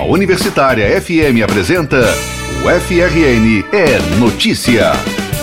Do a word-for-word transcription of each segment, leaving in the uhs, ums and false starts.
A Universitária F M apresenta o F R N é Notícia.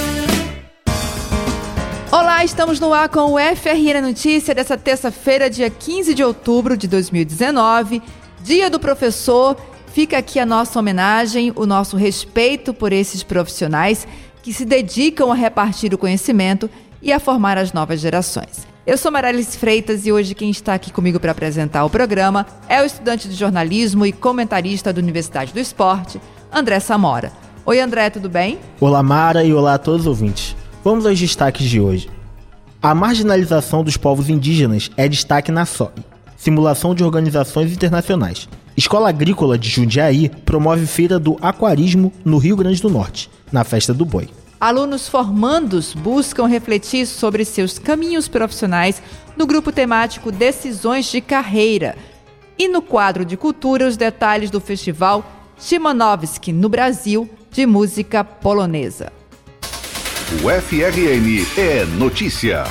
Olá, estamos no ar com o F R N Notícia dessa terça-feira, dia quinze de outubro de dois mil e dezenove, Dia do Professor. Fica aqui a nossa homenagem, o nosso respeito por esses profissionais que se dedicam a repartir o conhecimento e a formar as novas gerações. Eu sou Marilis Freitas e hoje quem está aqui comigo para apresentar o programa é o estudante de jornalismo e comentarista da Universidade do Esporte, André Samora. Oi, André, tudo bem? Olá, Mara, e olá a todos os ouvintes. Vamos aos destaques de hoje. A marginalização dos povos indígenas é destaque na S O I, Simulação de Organizações Internacionais. Escola Agrícola de Jundiaí promove Feira do Aquarismo no Rio Grande do Norte, na Festa do Boi. Alunos formandos buscam refletir sobre seus caminhos profissionais no grupo temático Decisões de Carreira. E no quadro de cultura, os detalhes do festival Szymanowski no Brasil, de música polonesa. O F R N é Notícia.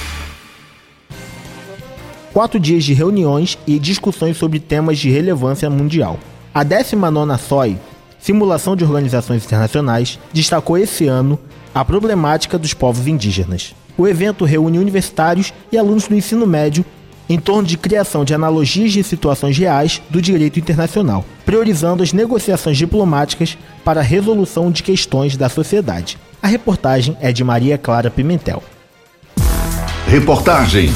Quatro dias de reuniões e discussões sobre temas de relevância mundial. A décima nona S O I, Simulação de Organizações Internacionais, destacou esse ano a problemática dos povos indígenas. O evento reúne universitários e alunos do ensino médio em torno de criação de analogias de situações reais do direito internacional, priorizando as negociações diplomáticas para a resolução de questões da sociedade. A reportagem é de Maria Clara Pimentel. Reportagem.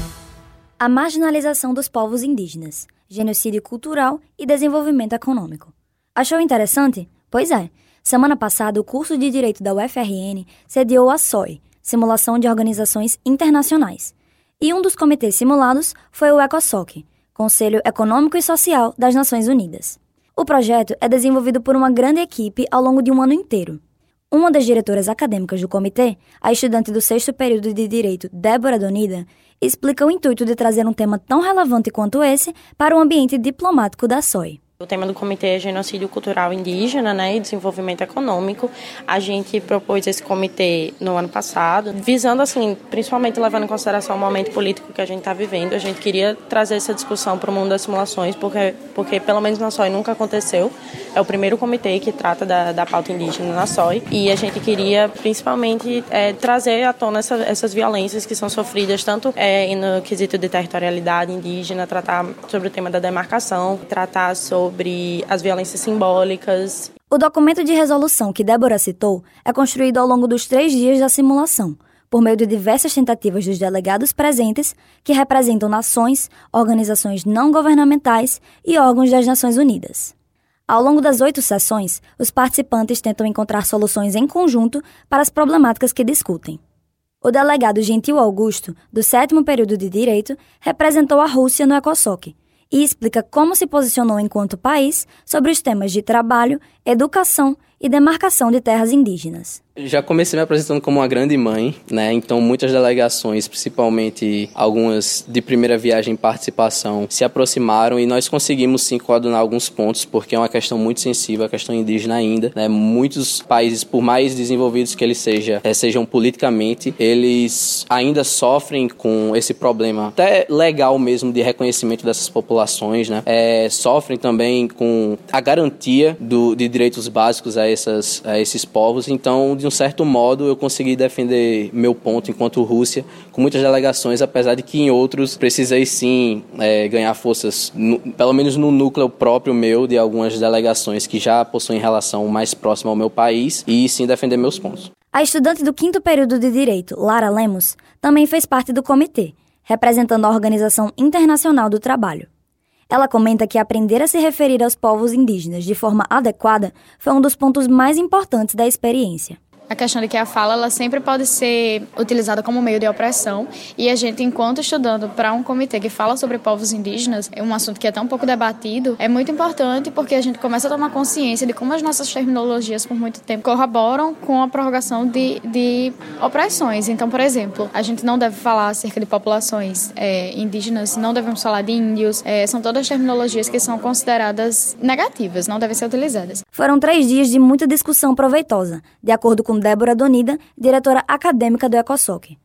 A marginalização dos povos indígenas, genocídio cultural e desenvolvimento econômico. Achou interessante? Pois é. Semana passada, o curso de Direito da U F R N sediou a S O I, Simulação de Organizações Internacionais. E um dos comitês simulados foi o ECOSOC, Conselho Econômico e Social das Nações Unidas. O projeto é desenvolvido por uma grande equipe ao longo de um ano inteiro. Uma das diretoras acadêmicas do comitê, a estudante do sexto período de Direito, Débora Donida, explica o intuito de trazer um tema tão relevante quanto esse para o ambiente diplomático da S O I. O tema do comitê é genocídio cultural indígena, né, e desenvolvimento econômico. A gente propôs esse comitê no ano passado, visando, assim, principalmente levando em consideração o momento político que a gente está vivendo. A gente queria trazer essa discussão para o mundo das simulações, porque, porque pelo menos na S O I nunca aconteceu. É o primeiro comitê que trata da, da pauta indígena na S O I. E a gente queria, principalmente, é, trazer à tona essa, essas violências que são sofridas, tanto é, no quesito de territorialidade indígena, tratar sobre o tema da demarcação, tratar sobre sobre as violências simbólicas. O documento de resolução que Débora citou é construído ao longo dos três dias da simulação, por meio de diversas tentativas dos delegados presentes, que representam nações, organizações não governamentais e órgãos das Nações Unidas. Ao longo das oito sessões, os participantes tentam encontrar soluções em conjunto para as problemáticas que discutem. O delegado Gentil Augusto, do sétimo período de Direito, representou a Rússia no ECOSOC, e explica como se posicionou enquanto país sobre os temas de trabalho, educação e demarcação de terras indígenas. Já comecei me apresentando como uma grande mãe, né? Então muitas delegações, principalmente algumas de primeira viagem e participação, se aproximaram e nós conseguimos sim coordenar alguns pontos, porque é uma questão muito sensível, a questão indígena ainda, né? Muitos países, por mais desenvolvidos que eles seja, é, sejam politicamente, eles ainda sofrem com esse problema, até legal mesmo, de reconhecimento dessas populações, né? É, sofrem também com a garantia do, de direitos básicos a, essas, a esses povos. Então, de um certo modo, eu consegui defender meu ponto enquanto Rússia, com muitas delegações, apesar de que em outros precisei sim é, ganhar forças, no, pelo menos no núcleo próprio meu, de algumas delegações que já possuem relação mais próxima ao meu país, e sim defender meus pontos. A estudante do quinto período de Direito, Lara Lemos, também fez parte do comitê, representando a Organização Internacional do Trabalho. Ela comenta que aprender a se referir aos povos indígenas de forma adequada foi um dos pontos mais importantes da experiência. A questão de que a fala ela sempre pode ser utilizada como meio de opressão, e a gente, enquanto estudando para um comitê que fala sobre povos indígenas, é um assunto que é tão pouco debatido, é muito importante porque a gente começa a tomar consciência de como as nossas terminologias por muito tempo corroboram com a prorrogação de, de opressões. Então, por exemplo, a gente não deve falar acerca de populações é, indígenas, não devemos falar de índios, é, são todas terminologias que são consideradas negativas, não devem ser utilizadas. Foram três dias de muita discussão proveitosa, de acordo com Débora Donida, diretora acadêmica do ECOSOC.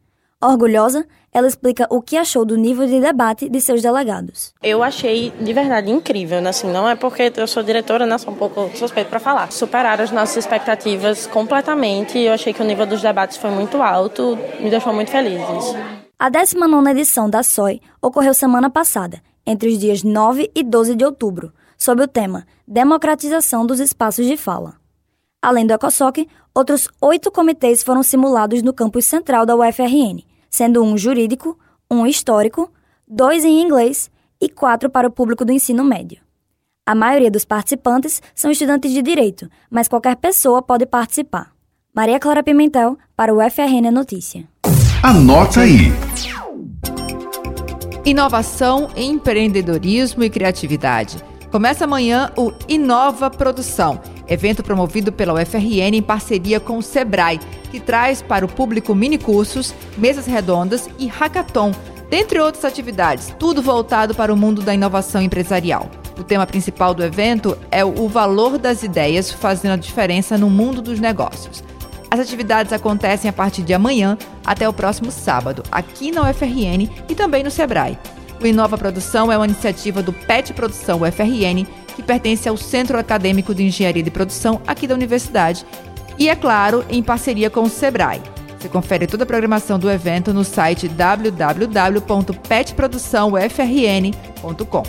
Orgulhosa, ela explica o que achou do nível de debate de seus delegados. Eu achei de verdade incrível, né? Assim, não é porque eu sou diretora, né? Sou um pouco suspeita para falar. Superaram as nossas expectativas completamente. Eu achei que o nível dos debates foi muito alto, me deixou muito feliz isso. A décima nona edição da S O I ocorreu semana passada, entre os dias nove e doze de outubro, sob o tema Democratização dos Espaços de Fala. Além do ECOSOC, outros oito comitês foram simulados no campus central da U F R N, sendo um jurídico, um histórico, dois em inglês e quatro para o público do ensino médio. A maioria dos participantes são estudantes de direito, mas qualquer pessoa pode participar. Maria Clara Pimentel, para o U F R N Notícia. Anota aí. Inovação, empreendedorismo e criatividade. Começa amanhã o Inova Produção, evento promovido pela U F R N em parceria com o Sebrae, que traz para o público minicursos, mesas redondas e hackathon, dentre outras atividades, tudo voltado para o mundo da inovação empresarial. O tema principal do evento é o valor das ideias fazendo a diferença no mundo dos negócios. As atividades acontecem a partir de amanhã até o próximo sábado, aqui na U F R N e também no Sebrae. O Inova Produção é uma iniciativa do P E T Produção U F R N, que pertence ao Centro Acadêmico de Engenharia de Produção aqui da Universidade e, é claro, em parceria com o Sebrae. Você confere toda a programação do evento no site w w w ponto pet produção u f r n ponto com.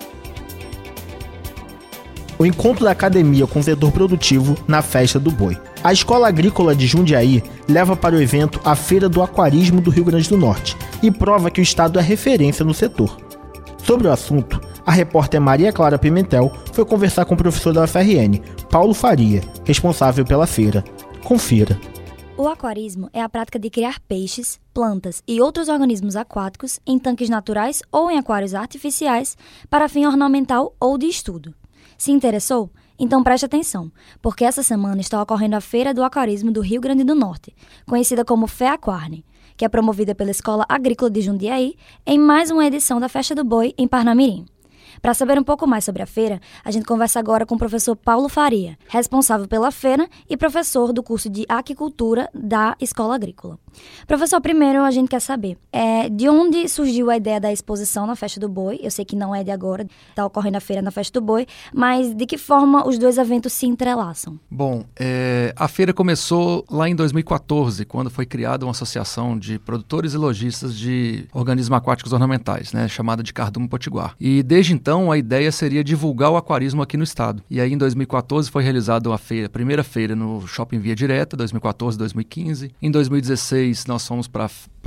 O encontro da academia com o setor produtivo na Festa do Boi. A Escola Agrícola de Jundiaí leva para o evento a Feira do Aquarismo do Rio Grande do Norte e prova que o estado é referência no setor. Sobre o assunto, a repórter Maria Clara Pimentel foi conversar com o professor da U F R N, Paulo Faria, responsável pela feira. Confira. O aquarismo é a prática de criar peixes, plantas e outros organismos aquáticos em tanques naturais ou em aquários artificiais para fim ornamental ou de estudo. Se interessou? Então preste atenção, porque essa semana está ocorrendo a Feira do Aquarismo do Rio Grande do Norte, conhecida como FEAquarne, que é promovida pela Escola Agrícola de Jundiaí em mais uma edição da Festa do Boi em Parnamirim. Para saber um pouco mais sobre a feira, a gente conversa agora com o professor Paulo Faria, responsável pela feira e professor do curso de aquicultura da Escola Agrícola. Professor, primeiro a gente quer saber, é, de onde surgiu a ideia da exposição na Festa do Boi? Eu sei que não é de agora, está ocorrendo a feira na Festa do Boi, mas de que forma os dois eventos se entrelaçam? Bom, é, a feira começou lá em dois mil e quatorze, quando foi criada uma associação de produtores e lojistas de organismos aquáticos ornamentais, né, chamada de Cardume Potiguar. E desde então, Então, a ideia seria divulgar o aquarismo aqui no estado. E aí, em dois mil e quatorze, foi realizada a, feira, a primeira feira no Shopping Via Direta, dois mil e quatorze, dois mil e quinze. Em dois mil e dezesseis, nós fomos para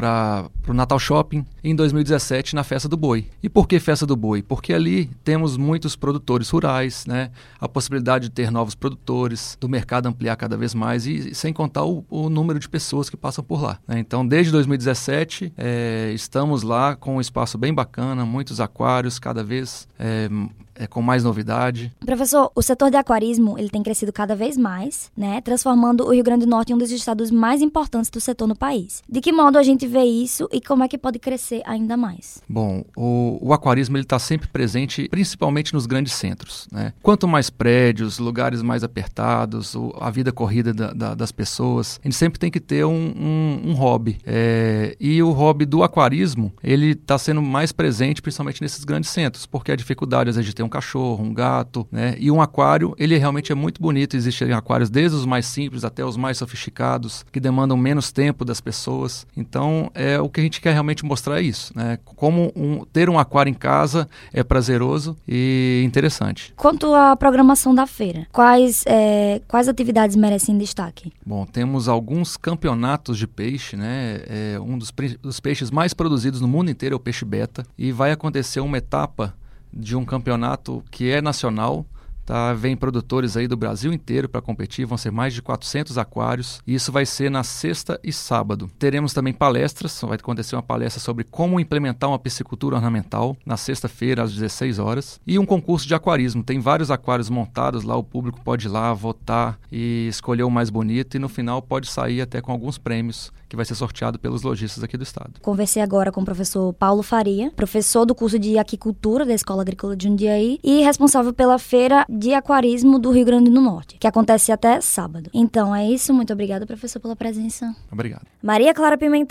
o Natal Shopping. E em dois mil e dezessete, na Festa do Boi. E por que Festa do Boi? Porque ali temos muitos produtores rurais, né? A possibilidade de ter novos produtores, do mercado ampliar cada vez mais, e sem contar o, o número de pessoas que passam por lá, né? Então, desde dois mil e dezessete, é, estamos lá com um espaço bem bacana, muitos aquários, cada vez É, é, com mais novidade. Professor, o setor de aquarismo ele tem crescido cada vez mais, né, transformando o Rio Grande do Norte em um dos estados mais importantes do setor no país. De que modo a gente vê isso e como é que pode crescer ainda mais? Bom, o, o aquarismo está sempre presente, principalmente nos grandes centros, né? Quanto mais prédios, lugares mais apertados, o, a vida corrida da, da, das pessoas, a gente sempre tem que ter um, um, um hobby. É, e o hobby do aquarismo, ele está sendo mais presente, principalmente nesses grandes centros, porque a dificuldade às vezes de ter um cachorro, um gato, né? E um aquário, ele realmente é muito bonito. Existem aquários desde os mais simples até os mais sofisticados, que demandam menos tempo das pessoas. Então, é o que a gente quer realmente mostrar é isso, né? Como um, ter um aquário em casa é prazeroso e interessante. Quanto à programação da feira, quais, é, quais atividades merecem destaque? Bom, temos alguns campeonatos de peixe, né? É, um dos, dos peixes mais produzidos no mundo inteiro é o peixe beta, e vai acontecer uma etapa de um campeonato que é nacional, tá? Vem produtores aí do Brasil inteiro para competir, vão ser mais de quatrocentos aquários, e isso vai ser na sexta e sábado. Teremos também palestras, vai acontecer uma palestra sobre como implementar uma piscicultura ornamental na sexta-feira às dezesseis horas, e um concurso de aquarismo. Tem vários aquários montados lá, o público pode ir lá votar e escolher o mais bonito, e no final pode sair até com alguns prêmios que vai ser sorteado pelos lojistas aqui do estado. Conversei agora com o professor Paulo Faria, professor do curso de aquicultura da Escola Agrícola de Jundiaí e responsável pela feira de aquarismo do Rio Grande do Norte, que acontece até sábado. Então é isso, muito obrigada, professor, pela presença. Obrigado. Maria Clara Pimentel,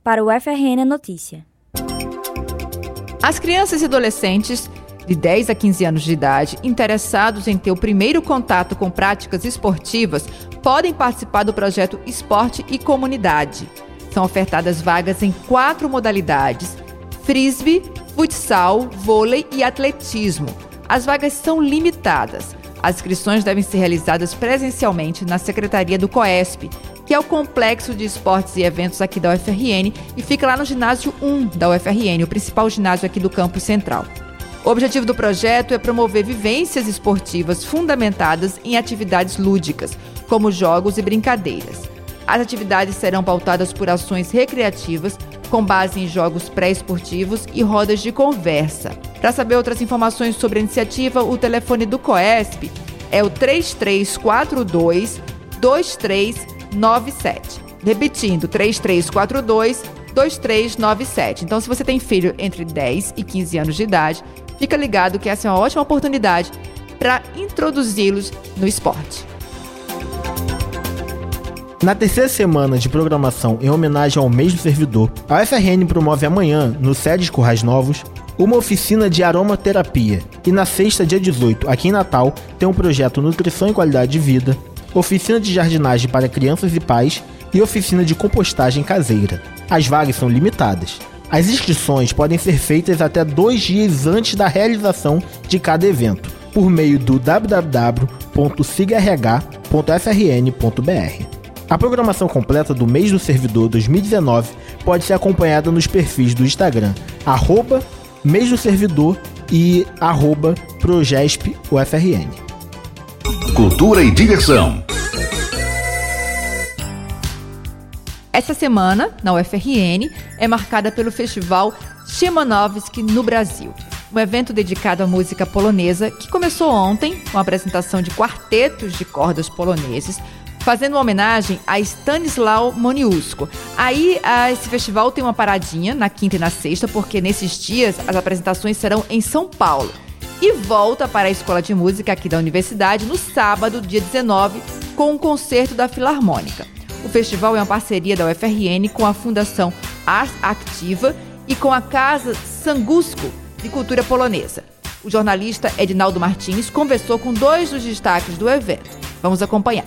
para o F R N Notícia. As crianças e adolescentes de dez a quinze anos de idade interessados em ter o primeiro contato com práticas esportivas podem participar do projeto Esporte e Comunidade. São ofertadas vagas em quatro modalidades: frisbee, futsal, vôlei e atletismo. As vagas são limitadas. As inscrições devem ser realizadas presencialmente na Secretaria do COESP, que é o Complexo de Esportes e Eventos aqui da U F R N e fica lá no ginásio um da U F R N, o principal ginásio aqui do campus central. O objetivo do projeto é promover vivências esportivas fundamentadas em atividades lúdicas, como jogos e brincadeiras. As atividades serão pautadas por ações recreativas, com base em jogos pré-esportivos e rodas de conversa. Para saber outras informações sobre a iniciativa, o telefone do COESP é o três três quatro dois, dois três nove sete. Repetindo, três três quatro dois, dois três nove sete. Então, se você tem filho entre dez e quinze anos de idade, fica ligado que essa é uma ótima oportunidade para introduzi-los no esporte. Na terceira semana de programação em homenagem ao mês do servidor, a U F R N promove amanhã, no SEDES Currais Novos, uma oficina de aromaterapia. E na sexta, dia dezoito, aqui em Natal, tem um projeto Nutrição e Qualidade de Vida, oficina de jardinagem para crianças e pais e oficina de compostagem caseira. As vagas são limitadas. As inscrições podem ser feitas até dois dias antes da realização de cada evento, por meio do w w w ponto siga r h ponto f r n ponto b r. A programação completa do mês do servidor dois mil e dezenove pode ser acompanhada nos perfis do Instagram, arroba mês do servidor e arroba progesp U F R N. Cultura e diversão. Essa semana, na U F R N, é marcada pelo Festival Szymanowski no Brasil, um evento dedicado à música polonesa que começou ontem com a apresentação de quartetos de cordas poloneses, fazendo uma homenagem a Stanisław Moniuszko. Aí, a, esse festival tem uma paradinha na quinta e na sexta, porque nesses dias as apresentações serão em São Paulo. E volta para a Escola de Música aqui da Universidade no sábado, dia dezenove, com um concerto da Filarmônica. O festival é uma parceria da U F R N com a Fundação Ars Activa e com a Casa Sangusko de Cultura Polonesa. O jornalista Edinaldo Martins conversou com dois dos destaques do evento. Vamos acompanhar.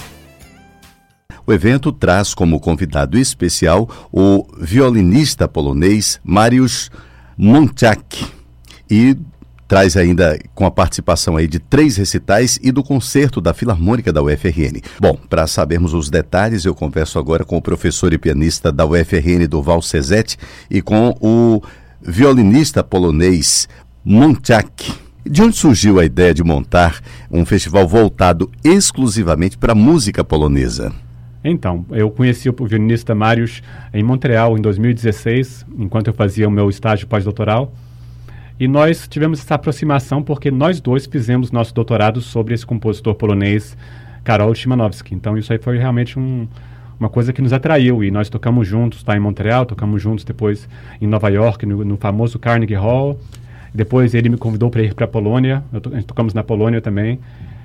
O evento traz como convidado especial o violinista polonês Mariusz Monciak e traz ainda com a participação aí de três recitais e do concerto da Filarmônica da U F R N. Bom, para sabermos os detalhes, eu converso agora com o professor e pianista da U F R N, Durval Cezete, e com o violinista polonês Monciak. De onde surgiu a ideia de montar um festival voltado exclusivamente para a música polonesa? Então, eu conheci o violinista Mariusz em Montreal em dois mil e dezesseis, enquanto eu fazia o meu estágio pós-doutoral. E nós tivemos essa aproximação porque nós dois fizemos nosso doutorado sobre esse compositor polonês, Karol Szymanowski. Então, isso aí foi realmente um, uma coisa que nos atraiu. E nós tocamos juntos, tá, em Montreal, tocamos juntos depois em Nova York, no, no famoso Carnegie Hall. Depois ele me convidou para ir para a Polônia, eu to, tocamos na Polônia também.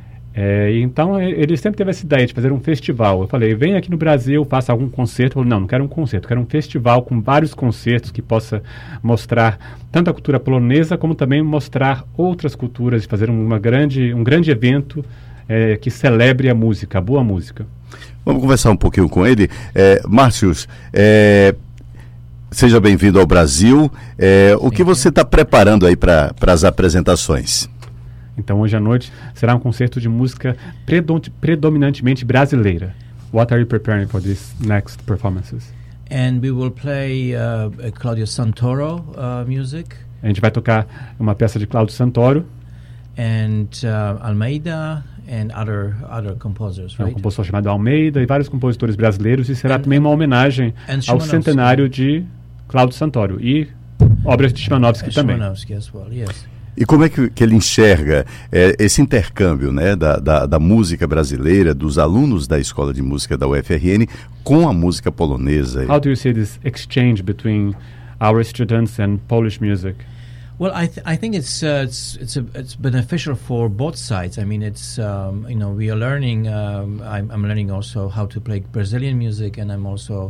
É, então ele sempre teve essa ideia de fazer um festival. Eu falei, vem aqui no Brasil, faça algum concerto. Eu falei, não, não quero um concerto, quero um festival com vários concertos que possa mostrar tanto a cultura polonesa como também mostrar outras culturas, fazer uma grande, um grande evento é, que celebre a música, a boa música. Vamos conversar um pouquinho com ele. É, Márcios, é, seja bem-vindo ao Brasil. É, o que você está preparando aí para as apresentações? Então, hoje à noite será um concerto de música predom- predominantemente brasileira. What are you preparing for these next performances? And we will play uh, Claudio Santoro uh, music. A gente vai tocar uma peça de Claudio Santoro. And uh, Almeida and other other composers, right? É um compositor chamado Almeida e vários compositores brasileiros. E será and, também uma homenagem ao centenário de Claudio Santoro e obras de Szymanowski uh, também. Szymanowski as well, yes. E como é que, que ele enxerga é, esse intercâmbio, né, da, da, da música brasileira, dos alunos da Escola de Música da U F R N com a música polonesa? How do you see this exchange between our students and Polish music? Well, I th- I think it's uh, it's it's a, it's beneficial for both sides. I mean, it's um, you know we are learning. Um, I'm, I'm learning also how to play Brazilian music, and I'm also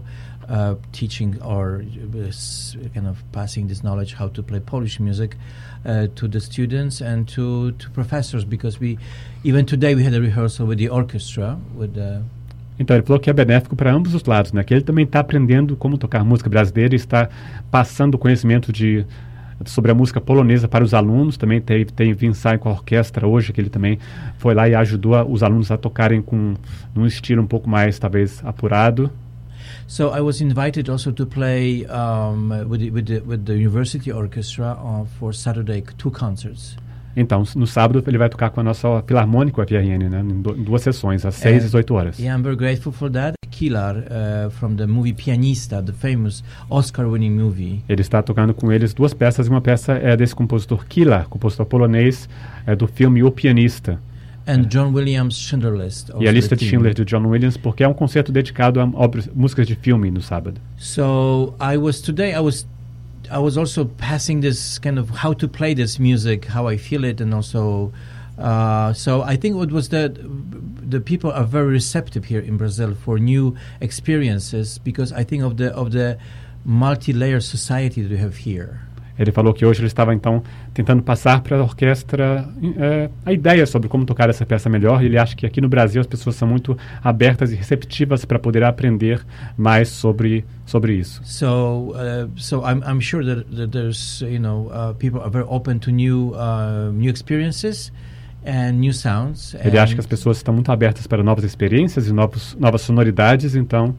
uh, teaching or uh, kind of passing this knowledge how to play Polish music uh, to the students and to, to professors, because we even today we had a rehearsal with the orchestra with the Então ele falou que é benéfico para ambos os lados, né? Que ele também está aprendendo como tocar música brasileira e está passando conhecimento de, sobre a música polonesa para os alunos. Também teve, teve ensaio com a orquestra hoje, que ele também foi lá e ajudou a, os alunos a tocarem com um estilo um pouco mais, talvez, apurado. So I was invited also to play um, with, the, with, the, with the university orchestra uh, for Saturday, two concerts. Então, no sábado ele vai tocar com a nossa Filarmônica F R N, né, em, do, em duas sessões, às seis e às oito horas. Yeah, I'm very grateful for that. Kilar, uh, from the movie Pianista, the famous Oscar-winning movie. Ele está tocando com eles duas peças, e uma peça é desse compositor Kilar, compositor polonês, é do filme O Pianista. And John Williams' Schindler List. E a lista de Schindler de John Williams, porque é um concerto dedicado a obras, músicas de filme no sábado. So I was today I was I was also passing this kind of how to play this music, how I feel it, and also uh, so I think it was that the people are very receptive here in Brazil for new experiences, because I think of the of the multi-layer society that we have here. Ele falou que hoje ele estava, então, tentando passar para a orquestra é, a ideia sobre como tocar essa peça melhor. Ele acha que aqui no Brasil as pessoas são muito abertas e receptivas para poder aprender mais sobre, sobre isso. So, uh, so I'm, I'm sure that, that there's, you know, uh, people are very open to new, uh, new experiences and new sounds. Ele acha que as pessoas estão muito abertas para novas experiências e novos, novas sonoridades, então...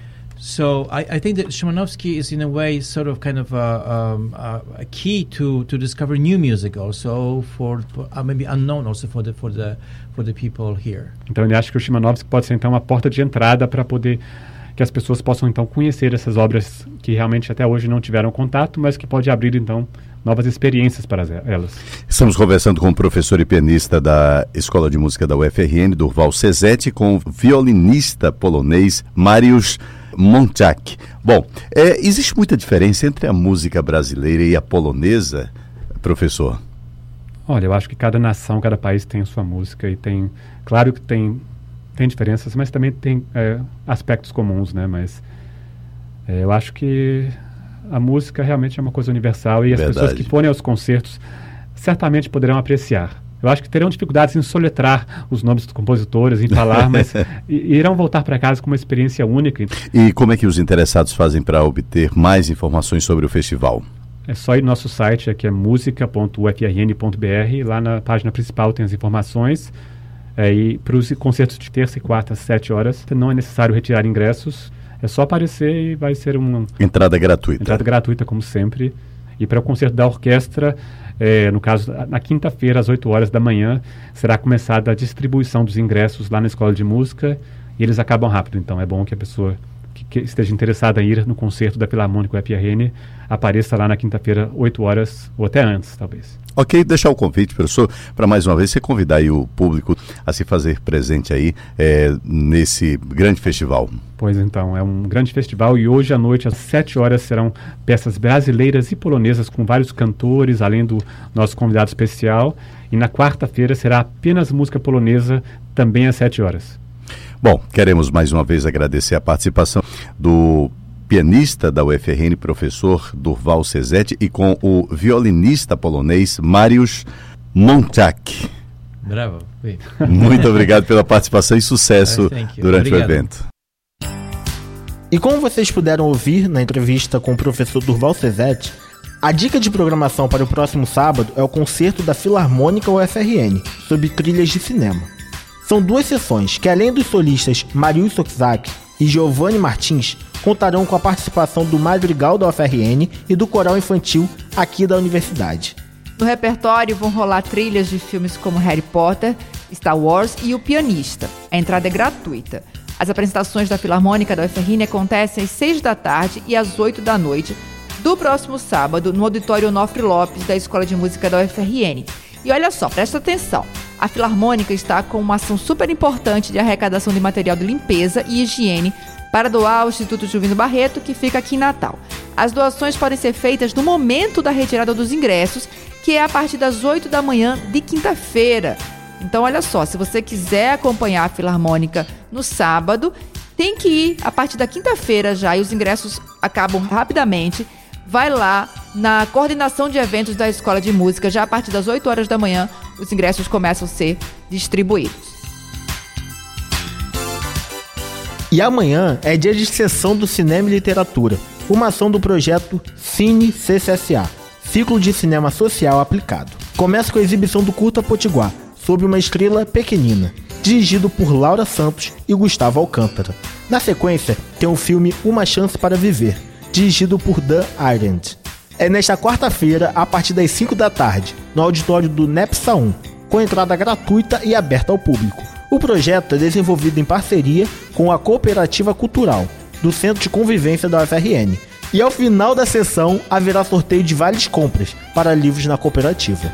So I, I think that Szymanowski is in a way sort of kind of a, um, a, a key to, to discover new music also for uh, maybe unknown also for the for the for the people here. Então ele acha que o Szymanowski pode ser então uma porta de entrada para poder que as pessoas possam então conhecer essas obras que realmente até hoje não tiveram contato, mas que pode abrir então novas experiências para elas. Estamos conversando com o professor e pianista da Escola de Música da U F R N, Durval Cezete, com o violinista polonês Mariusz Monciak. Bom, é, existe muita diferença entre a música brasileira e a polonesa, professor? Olha, eu acho que cada nação, cada país tem a sua música e tem, claro que tem, tem diferenças, mas também tem é, aspectos comuns, né? Mas é, eu acho que a música realmente é uma coisa universal e as Verdade. pessoas que forem aos concertos certamente poderão apreciar. Eu acho que terão dificuldades em soletrar os nomes dos compositores, em falar, mas irão voltar para casa com uma experiência única. E como é que os interessados fazem para obter mais informações sobre o festival? É só ir no nosso site, que é musica ponto u f r n ponto b r. Lá na página principal tem as informações. É, e para os concertos de terça e quarta às sete horas, não é necessário retirar ingressos. É só aparecer e vai ser uma... Entrada gratuita. Entrada gratuita, como sempre. E para o concerto da orquestra... É, no caso, na quinta-feira, às oito horas da manhã, será começada a distribuição dos ingressos lá na Escola de Música e eles acabam rápido. Então, é bom que a pessoa que, que esteja interessada em ir no concerto da Filarmônica F R N apareça lá na quinta-feira, oito horas, ou até antes, talvez. Ok, deixar o convite, professor, para mais uma vez você convidar aí o público a se fazer presente aí é, nesse grande festival. Pois então, é um grande festival e hoje à noite, às sete horas, serão peças brasileiras e polonesas com vários cantores, além do nosso convidado especial. E na quarta-feira será apenas música polonesa, também às sete horas. Bom, queremos mais uma vez agradecer a participação do pianista da U F R N, professor Durval Cezete, e com o violinista polonês Mariusz Monciak. Bravo. Muito obrigado pela participação e sucesso durante Obrigado. o evento. E como vocês puderam ouvir na entrevista com o professor Durval Cezete, a dica de programação para o próximo sábado é o concerto da Filarmônica U F R N, sobre trilhas de cinema. São duas sessões que, além dos solistas Mariusz Monciak e Giovanni Martins, contarão com a participação do Madrigal da U F R N e do coral infantil aqui da universidade. No repertório vão rolar trilhas de filmes como Harry Potter, Star Wars e O Pianista. A entrada é gratuita. As apresentações da Filarmônica da U F R N acontecem às seis da tarde e às oito da noite do próximo sábado no auditório Onofre Lopes da Escola de Música da U F R N. E olha só, presta atenção, a Filarmônica está com uma ação super importante de arrecadação de material de limpeza e higiene para doar ao Instituto Juvino Barreto, que fica aqui em Natal. As doações podem ser feitas no momento da retirada dos ingressos, que é a partir das oito da manhã de quinta-feira. Então, olha só, se você quiser acompanhar a Filarmônica no sábado, tem que ir a partir da quinta-feira já, e os ingressos acabam rapidamente. Vai lá na coordenação de eventos da Escola de Música, já a partir das oito horas da manhã, os ingressos começam a ser distribuídos. E amanhã é dia de sessão do Cinema e Literatura, uma ação do projeto Cine C C S A, Ciclo de Cinema Social Aplicado. Começa com a exibição do curta Potiguar, sob uma estrela pequenina, dirigido por Laura Santos e Gustavo Alcântara. Na sequência, tem o filme Uma Chance para Viver, dirigido por Dan Arendt. É nesta quarta-feira, a partir das cinco da tarde, no auditório do NEPSA um, com entrada gratuita e aberta ao público. O projeto é desenvolvido em parceria com a Cooperativa Cultural, do Centro de Convivência da U F R N. E ao final da sessão, haverá sorteio de vales compras para livros na cooperativa.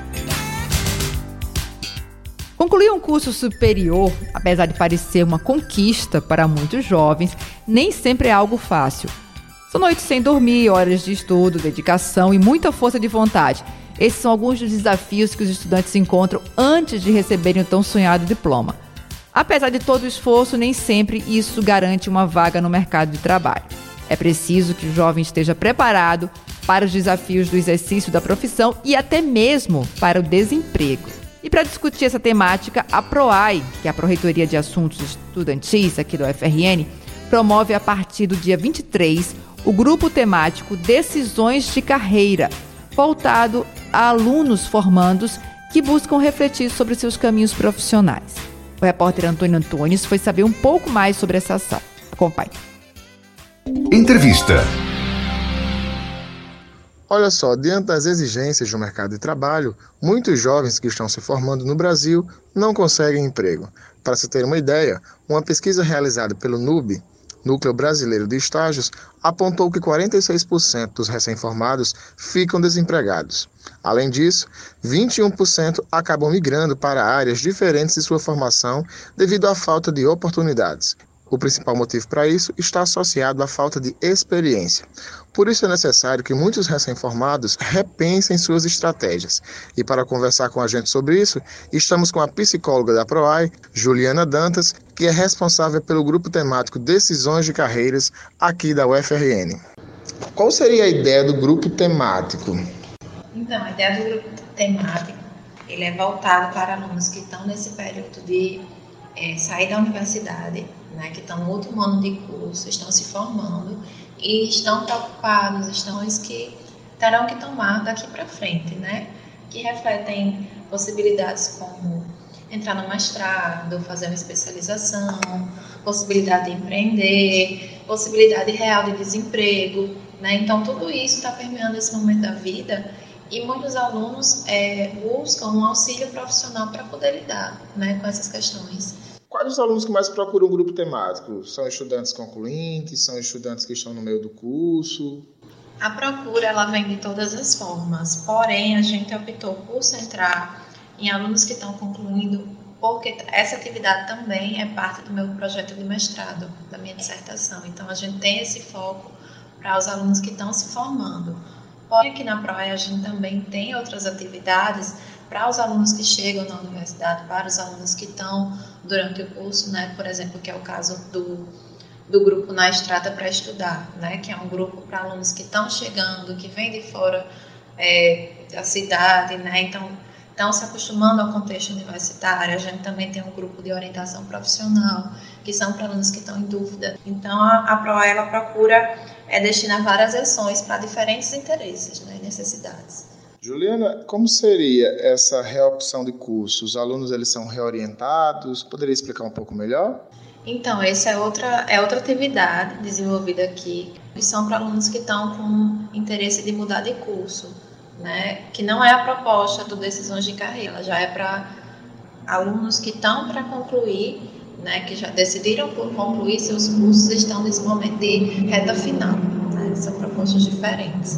Concluir um curso superior, apesar de parecer uma conquista para muitos jovens, nem sempre é algo fácil. São noites sem dormir, horas de estudo, dedicação e muita força de vontade. Esses são alguns dos desafios que os estudantes encontram antes de receberem o tão sonhado diploma. Apesar de todo o esforço, nem sempre isso garante uma vaga no mercado de trabalho. É preciso que o jovem esteja preparado para os desafios do exercício da profissão e até mesmo para o desemprego. E para discutir essa temática, a PROAI, que é a Pró-Reitoria de Assuntos Estudantis aqui do U F R N, promove a partir do dia vinte e três o grupo temático Decisões de Carreira, voltado a alunos formandos que buscam refletir sobre seus caminhos profissionais. O repórter Antônio Antunes foi saber um pouco mais sobre essa ação. Acompanhe. Entrevista. Olha só, diante das exigências do mercado de trabalho, muitos jovens que estão se formando no Brasil não conseguem emprego. Para se ter uma ideia, uma pesquisa realizada pelo N U B, Núcleo Brasileiro de Estágios, apontou que quarenta e seis por cento dos recém-formados ficam desempregados. Além disso, vinte e um por cento acabam migrando para áreas diferentes de sua formação devido à falta de oportunidades. O principal motivo para isso está associado à falta de experiência. Por isso é necessário que muitos recém-formados repensem suas estratégias. E para conversar com a gente sobre isso, estamos com a psicóloga da PROAI, Juliana Dantas, que é responsável pelo grupo temático Decisões de Carreiras aqui da U F R N. Qual seria a ideia do grupo temático? Então, a ideia do grupo temático, ele é voltado para alunos que estão nesse período de é, sair da universidade, né, que estão no último ano de curso, estão se formando e estão preocupados, estão os que terão que tomar daqui para frente, né, que refletem possibilidades como entrar no mestrado, fazer uma especialização, possibilidade de empreender, possibilidade real de desemprego, né, então tudo isso está permeando esse momento da vida e muitos alunos é, buscam um auxílio profissional para poder lidar, né, com essas questões. Quais os alunos que mais procuram um grupo temático? São estudantes concluintes? São estudantes que estão no meio do curso? A procura ela vem de todas as formas, porém a gente optou por centrar em alunos que estão concluindo, porque essa atividade também é parte do meu projeto de mestrado, da minha dissertação. Então a gente tem esse foco para os alunos que estão se formando. Porém aqui na PROAI a gente também tem outras atividades para os alunos que chegam na universidade, para os alunos que estão durante o curso, né, por exemplo, que é o caso do, do grupo Na Estrada para Estudar, né, que é um grupo para alunos que estão chegando, que vêm de fora é, da cidade, né, então estão se acostumando ao contexto universitário. A gente também tem um grupo de orientação profissional, que são para alunos que estão em dúvida. Então a, a PROAI ela procura é, destinar várias ações para diferentes interesses, né, e necessidades. Juliana, como seria essa reopção de curso? Os alunos eles são reorientados? Poderia explicar um pouco melhor? Então, essa é outra, é outra atividade desenvolvida aqui, que são para alunos que estão com interesse de mudar de curso, né? Que não é a proposta do Decisões de Carreira, já é para alunos que estão para concluir, né? Que já decidiram por concluir seus cursos e estão nesse momento de reta final, né? São propostas diferentes.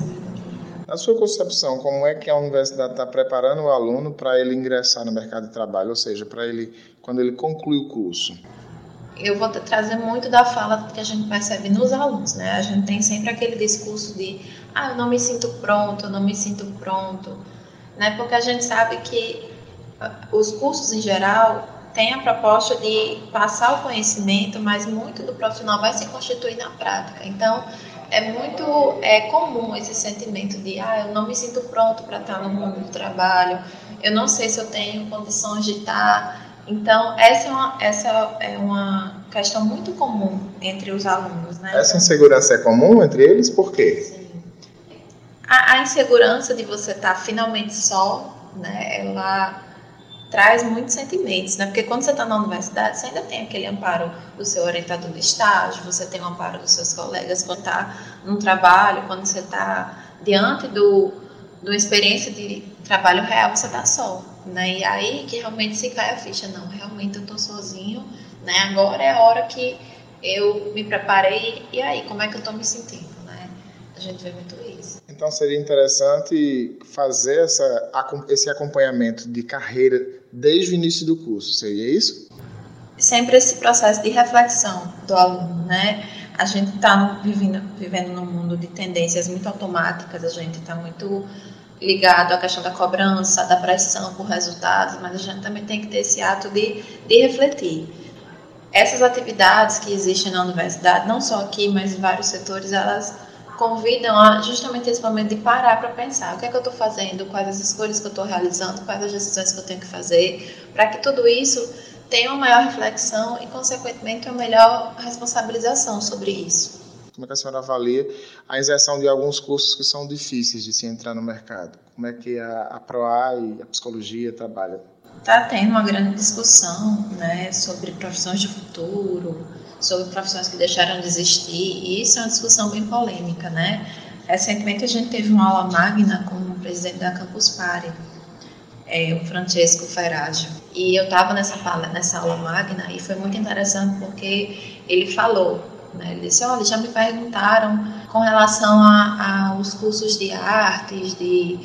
Na sua concepção, como é que a universidade está preparando o aluno para ele ingressar no mercado de trabalho, ou seja, para ele, quando ele conclui o curso? Eu vou trazer muito da fala que a gente percebe nos alunos, né? A gente tem sempre aquele discurso de ah, eu não me sinto pronto, eu não me sinto pronto, né? Porque a gente sabe que os cursos em geral tem a proposta de passar o conhecimento, mas muito do profissional vai se constituir na prática. Então, é muito é, comum esse sentimento de ah, eu não me sinto pronto para estar no mundo do trabalho, eu não sei se eu tenho condições de estar. Então, essa é uma, essa é uma questão muito comum entre os alunos, né? Essa insegurança é comum entre eles? Por quê? Sim. A, a insegurança de você estar finalmente só, né, ela traz muitos sentimentos, né? Porque quando você está na universidade, você ainda tem aquele amparo do seu orientador de estágio, você tem o amparo dos seus colegas quando está no trabalho, quando você está diante do, de uma experiência de trabalho real, você está só, né? E aí que realmente se cai a ficha, não, realmente eu estou sozinho, né? Agora é a hora que eu me preparei, e aí, como é que eu estou me sentindo, né? A gente vê muito isso. Então seria interessante fazer essa, esse acompanhamento de carreira desde o início do curso, seria isso? Sempre esse processo de reflexão do aluno, né? A gente está vivendo, vivendo num mundo de tendências muito automáticas, a gente está muito ligado à questão da cobrança, da pressão por resultados, mas a gente também tem que ter esse ato de, de refletir. Essas atividades que existem na universidade, não só aqui, mas em vários setores, elas convidam a justamente esse momento de parar para pensar o que é que eu estou fazendo, quais as escolhas que eu estou realizando, quais as decisões que eu tenho que fazer, para que tudo isso tenha uma maior reflexão e, consequentemente, uma melhor responsabilização sobre isso. Como é que a senhora avalia a inserção de alguns cursos que são difíceis de se entrar no mercado? Como é que a, a PROA e a psicologia trabalham? Está tendo uma grande discussão, né, sobre profissões de futuro, sobre profissões que deixaram de existir, e isso é uma discussão bem polêmica, né? Recentemente a gente teve uma aula magna com o presidente da Campus Party, é, o Francesco Ferragio, e eu estava nessa, nessa aula magna e foi muito interessante porque ele falou, né, ele disse, olha, já me perguntaram com relação a, aos cursos de artes, de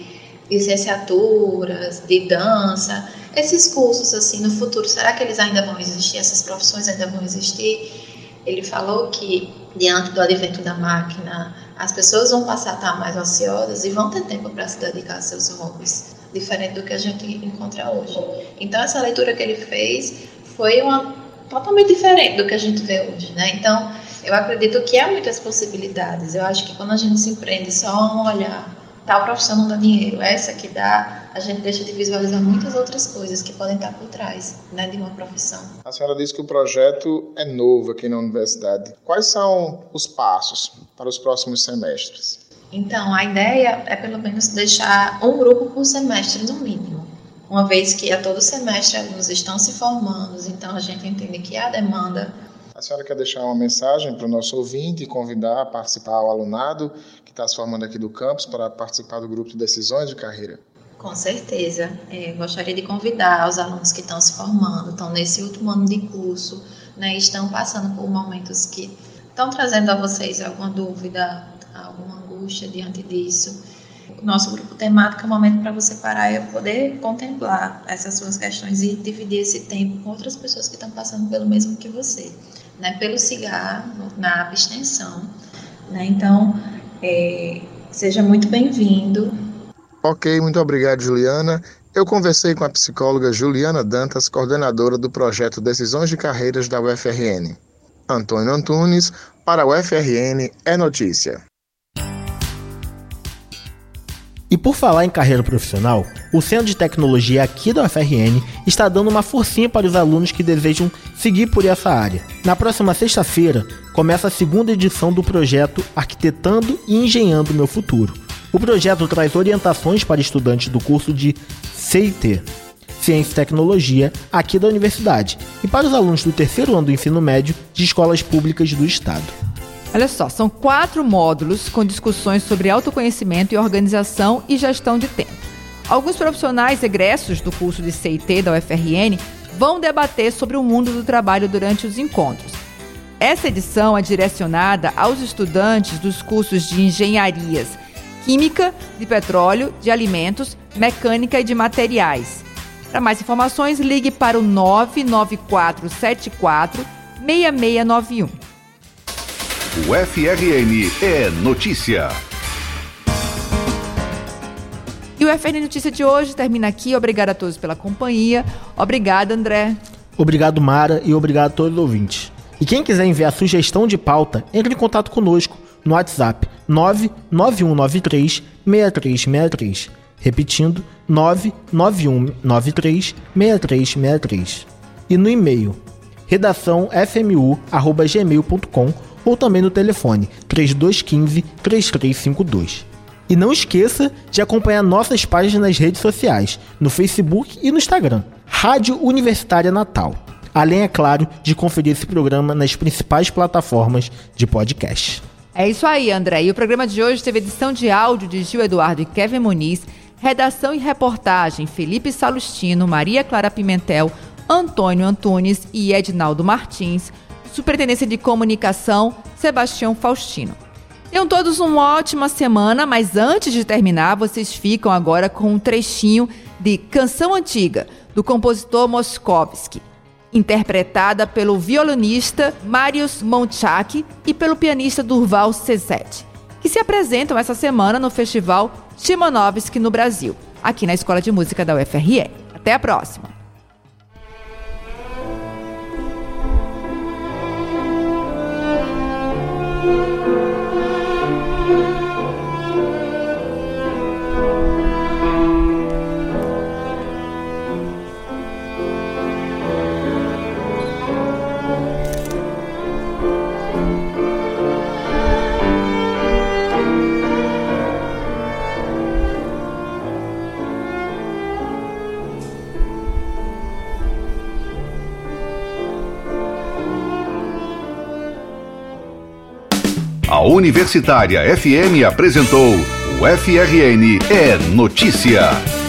licenciaturas, de dança, esses cursos assim no futuro, será que eles ainda vão existir, essas profissões ainda vão existir? Ele falou que diante do advento da máquina, as pessoas vão passar a estar mais ociosas e vão ter tempo para se dedicar a seus hobbies, diferente do que a gente encontra hoje. Então essa leitura que ele fez foi uma totalmente diferente do que a gente vê hoje, né? Então eu acredito que há muitas possibilidades. Eu acho que quando a gente se empreende só a um olhar, tal profissão não dá dinheiro, essa que dá, a gente deixa de visualizar muitas outras coisas que podem estar por trás, né, de uma profissão. A senhora disse que o projeto é novo aqui na universidade. Quais são os passos para os próximos semestres? Então, a ideia é pelo menos deixar um grupo por semestre no mínimo, uma vez que a todo semestre alunos estão se formando, então a gente entende que há demanda. A senhora quer deixar uma mensagem para o nosso ouvinte e convidar a participar o alunado que está se formando aqui do campus para participar do grupo de decisões de carreira? Com certeza. É, gostaria de convidar os alunos que estão se formando, estão nesse último ano de curso, né, estão passando por momentos que estão trazendo a vocês alguma dúvida, alguma angústia diante disso. O nosso grupo temático é um momento para você parar e poder contemplar essas suas questões e dividir esse tempo com outras pessoas que estão passando pelo mesmo que você, né, pelo cigarro, na abstenção, né? Então, é, seja muito bem-vindo. Ok, muito obrigado, Juliana. Eu conversei com a psicóloga Juliana Dantas, coordenadora do projeto Decisões de Carreiras da U F R N. Antônio Antunes, para a U F R N é notícia. E por falar em carreira profissional, o Centro de Tecnologia aqui da U F R N está dando uma forcinha para os alunos que desejam seguir por essa área. Na próxima sexta-feira, começa a segunda edição do projeto Arquitetando e Engenhando Meu Futuro. O projeto traz orientações para estudantes do curso de C I T, Ciência e Tecnologia, aqui da universidade, e para os alunos do terceiro ano do ensino médio de escolas públicas do estado. Olha só, são quatro módulos com discussões sobre autoconhecimento e organização e gestão de tempo. Alguns profissionais egressos do curso de C I T da U F R N vão debater sobre o mundo do trabalho durante os encontros. Essa edição é direcionada aos estudantes dos cursos de engenharias, química, de petróleo, de alimentos, mecânica e de materiais. Para mais informações, ligue para o nove nove quatro sete quatro seis seis nove um. O F R N é notícia. E o F R N Notícia de hoje termina aqui. Obrigada a todos pela companhia. Obrigada, André. Obrigado, Mara, e obrigado a todos os ouvintes. E quem quiser enviar sugestão de pauta, entre em contato conosco no WhatsApp nove nove um nove três seis três seis três. Repetindo, nove nove um nove três seis três seis três. E no e-mail, redação f m u arroba gmail ponto com ou também no telefone três dois um cinco três três cinco dois. E não esqueça de acompanhar nossas páginas nas redes sociais, no Facebook e no Instagram. Rádio Universitária Natal. Além, é claro, de conferir esse programa nas principais plataformas de podcast. É isso aí, André. E o programa de hoje teve edição de áudio de Gil Eduardo e Kevin Muniz, redação e reportagem Felipe Salustino, Maria Clara Pimentel, Antônio Antunes e Edinaldo Martins, superintendência de comunicação Sebastião Faustino. Tenham todos uma ótima semana, mas antes de terminar, vocês ficam agora com um trechinho de Canção Antiga, do compositor Moskovski, interpretada pelo violonista Mariusz Montchak e pelo pianista Durval Cezete, que se apresentam essa semana no Festival Simonovsky no Brasil, aqui na Escola de Música da U F R N. Até a próxima! A Universitária F M apresentou o F R N é Notícia.